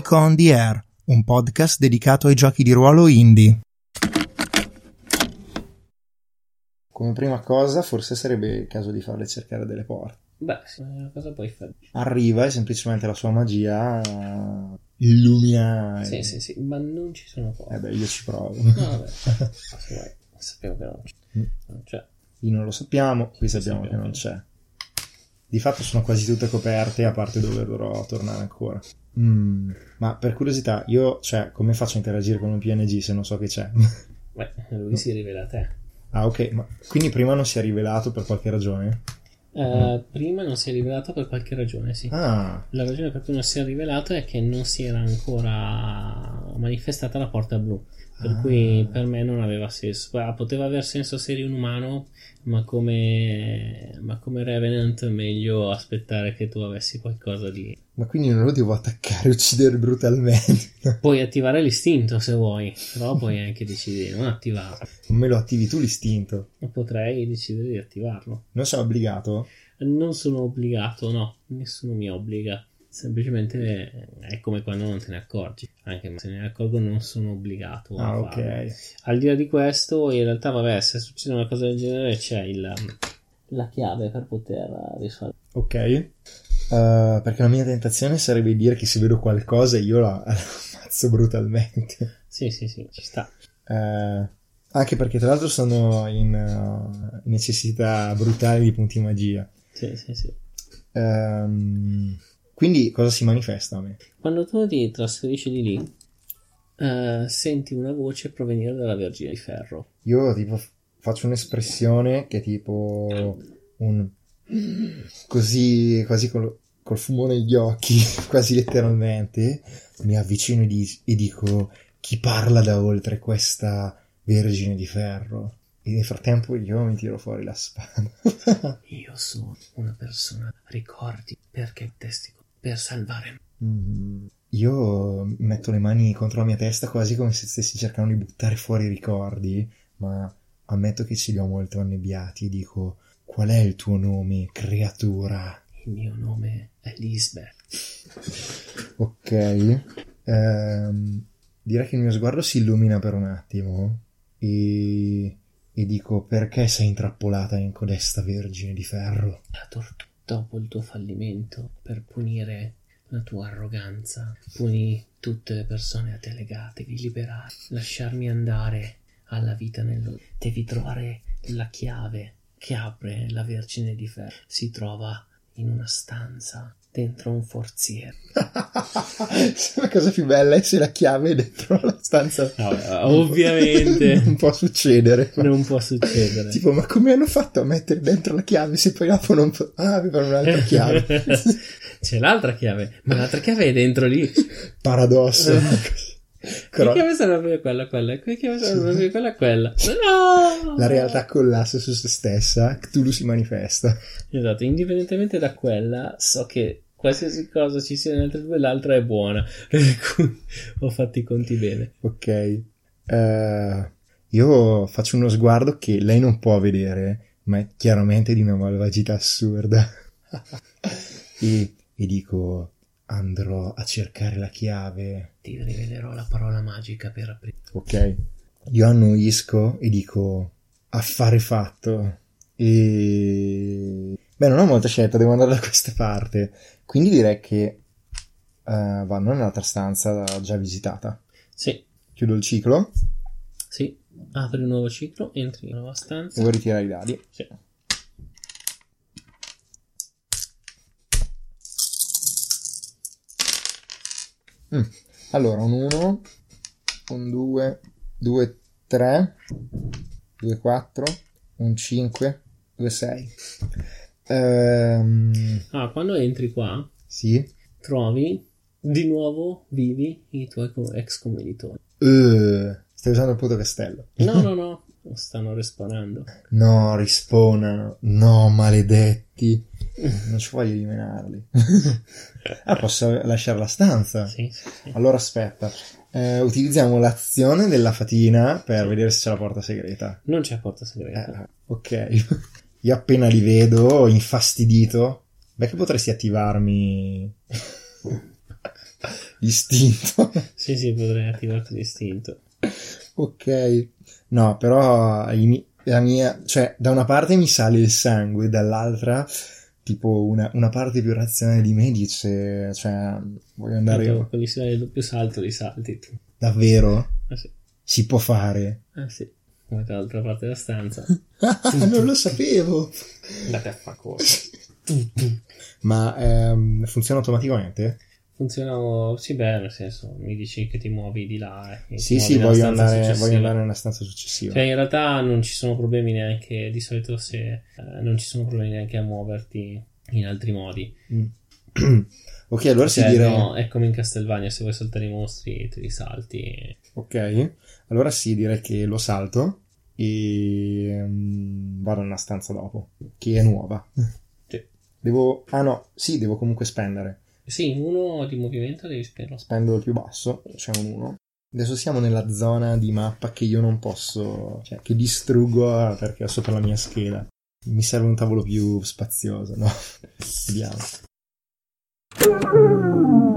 Nico on the Air, un podcast dedicato ai giochi di ruolo indie. Come prima cosa, forse sarebbe il caso di farle cercare delle porte. Beh, cosa puoi fare? Arriva e semplicemente la sua magia illumina. Sì, ma non ci sono porte. Io ci provo. No, vabbè, se vuoi, sapevo che non c'è. Qui non lo sappiamo, qui sappiamo che non c'è. Di fatto sono quasi tutte coperte, a parte dove dovrò tornare ancora. Ma per curiosità, come faccio a interagire con un PNG se non so che c'è? Beh, lui si rivela a te. Ah, ok, ma quindi prima non si è rivelato per qualche ragione? Prima non si è rivelato per qualche ragione, sì. Ah. La ragione per cui non si è rivelato è che non si era ancora manifestata la porta blu. Per cui per me non aveva senso. Poteva aver senso se eri un umano, ma come Revenant è meglio aspettare che tu avessi qualcosa di... Ma quindi non lo devo attaccare e uccidere brutalmente? Puoi attivare l'istinto se vuoi, però puoi anche decidere di non attivarlo. Non me lo attivi tu l'istinto? Potrei decidere di attivarlo. Non sei obbligato? Non sono obbligato, no. Nessuno mi obbliga. Semplicemente è come quando non te ne accorgi. Anche se ne accorgo non sono obbligato a farlo. Ok. Al di là di questo, in realtà, vabbè, se succede una cosa del genere c'è la chiave per poter risolvere. Ok. Perché la mia tentazione sarebbe dire che se vedo qualcosa io la ammazzo brutalmente. Sì, ci sta. Anche perché tra l'altro sono in necessità brutale di punti magia. Sì. Quindi cosa si manifesta a me? Quando tu ti trasferisci di lì, senti una voce provenire dalla Vergine di Ferro. Io tipo faccio un'espressione che è tipo un così quasi col fumo negli occhi, quasi letteralmente, mi avvicino e dico: chi parla da oltre questa Vergine di Ferro? E nel frattempo io mi tiro fuori la spada. Io sono una persona, ricordi perché testi per salvare Io metto le mani contro la mia testa quasi come se stessi cercando di buttare fuori i ricordi, ma ammetto che ce li ho molto annebbiati e dico: qual è il tuo nome, creatura? Il mio nome è Lisbeth. Ok. Direi che il mio sguardo si illumina per un attimo e dico: perché sei intrappolata in codesta Vergine di Ferro? La tortura. Dopo il tuo fallimento, per punire la tua arroganza, punì tutte le persone a te legate, di liberare, lasciarmi andare alla vita devi trovare la chiave che apre la Vergine di Ferro. Si trova in una stanza dentro un forziere. La cosa più bella è se la chiave è dentro la stanza. Ovviamente non può succedere. Non può succedere. Tipo, ma come hanno fatto a mettere dentro la chiave se poi dopo non avevano un'altra chiave? C'è l'altra chiave, ma l'altra chiave è dentro lì. Paradosso. Che chiave sarebbe quella? Che chiave sarebbe quella? No! La realtà collassa su se stessa, Cthulhu si manifesta. Esatto, indipendentemente da quella, so che qualsiasi cosa ci sia nelle altre due, l'altra è buona. Per cui ho fatto i conti bene. Ok. Io faccio uno sguardo che lei non può vedere, ma è chiaramente di una malvagità assurda. e dico: andrò a cercare la chiave. Ti rivelerò la parola magica per aprire. Ok. Io annuisco e dico: affare fatto. E non ho molta scelta, devo andare da questa parte. Quindi direi che vanno nell'altra stanza già visitata. Sì. Chiudo il ciclo. Sì. Apri un nuovo ciclo, entri in una nuova stanza. Devo ritirare i dadi. Sì. Allora, un 1, un 2, 2, 3, 2, 4, un 5, 2, 6. Quando entri qua, sì, trovi di nuovo vivi i tuoi ex commilitoni. Stai usando il puto castello? No, stanno respawnando. No, rispawnano. No, maledetti. Non ci voglio di menarli. Posso lasciare la stanza? Sì. Allora aspetta. Utilizziamo l'azione della fatina per vedere se c'è la porta segreta. Non c'è porta segreta. Ok. Io appena li vedo, infastidito, che potresti attivarmi L'istinto. Sì, potrei attivarti l'istinto. Ok. No, però la mia... Cioè, da una parte mi sale il sangue, dall'altra, tipo, una parte più razionale di me dice... Cioè, voglio andare... Tanto con il doppio salto li salti tu. Davvero? Sì. Si può fare? Sì. Come dall'altra parte della stanza. Non lo sapevo! Andate a fa cosa. Ma funziona automaticamente? Funziona, sì, beh, nel senso, mi dici che ti muovi di là e Sì, ti muovi nella voglio stanza andare successiva. nella stanza successiva. Cioè, in realtà non ci sono problemi neanche, di solito se non ci sono problemi neanche a muoverti in altri modi. Ok, allora Cioè, si dire... no, è come in Castlevania, se vuoi saltare i mostri te li salti. Ok, allora sì, direi che lo salto e vado nella stanza dopo, che è nuova. Sì. Devo... Ah no, sì, devo comunque spendere. Sì, uno di movimento devi spenderlo. Spendo il più basso, c'è un 1. Adesso siamo nella zona di mappa che io non posso... Cioè, che distruggo perché ho sopra la mia scheda. Mi serve un tavolo più spazioso, no? Vediamo.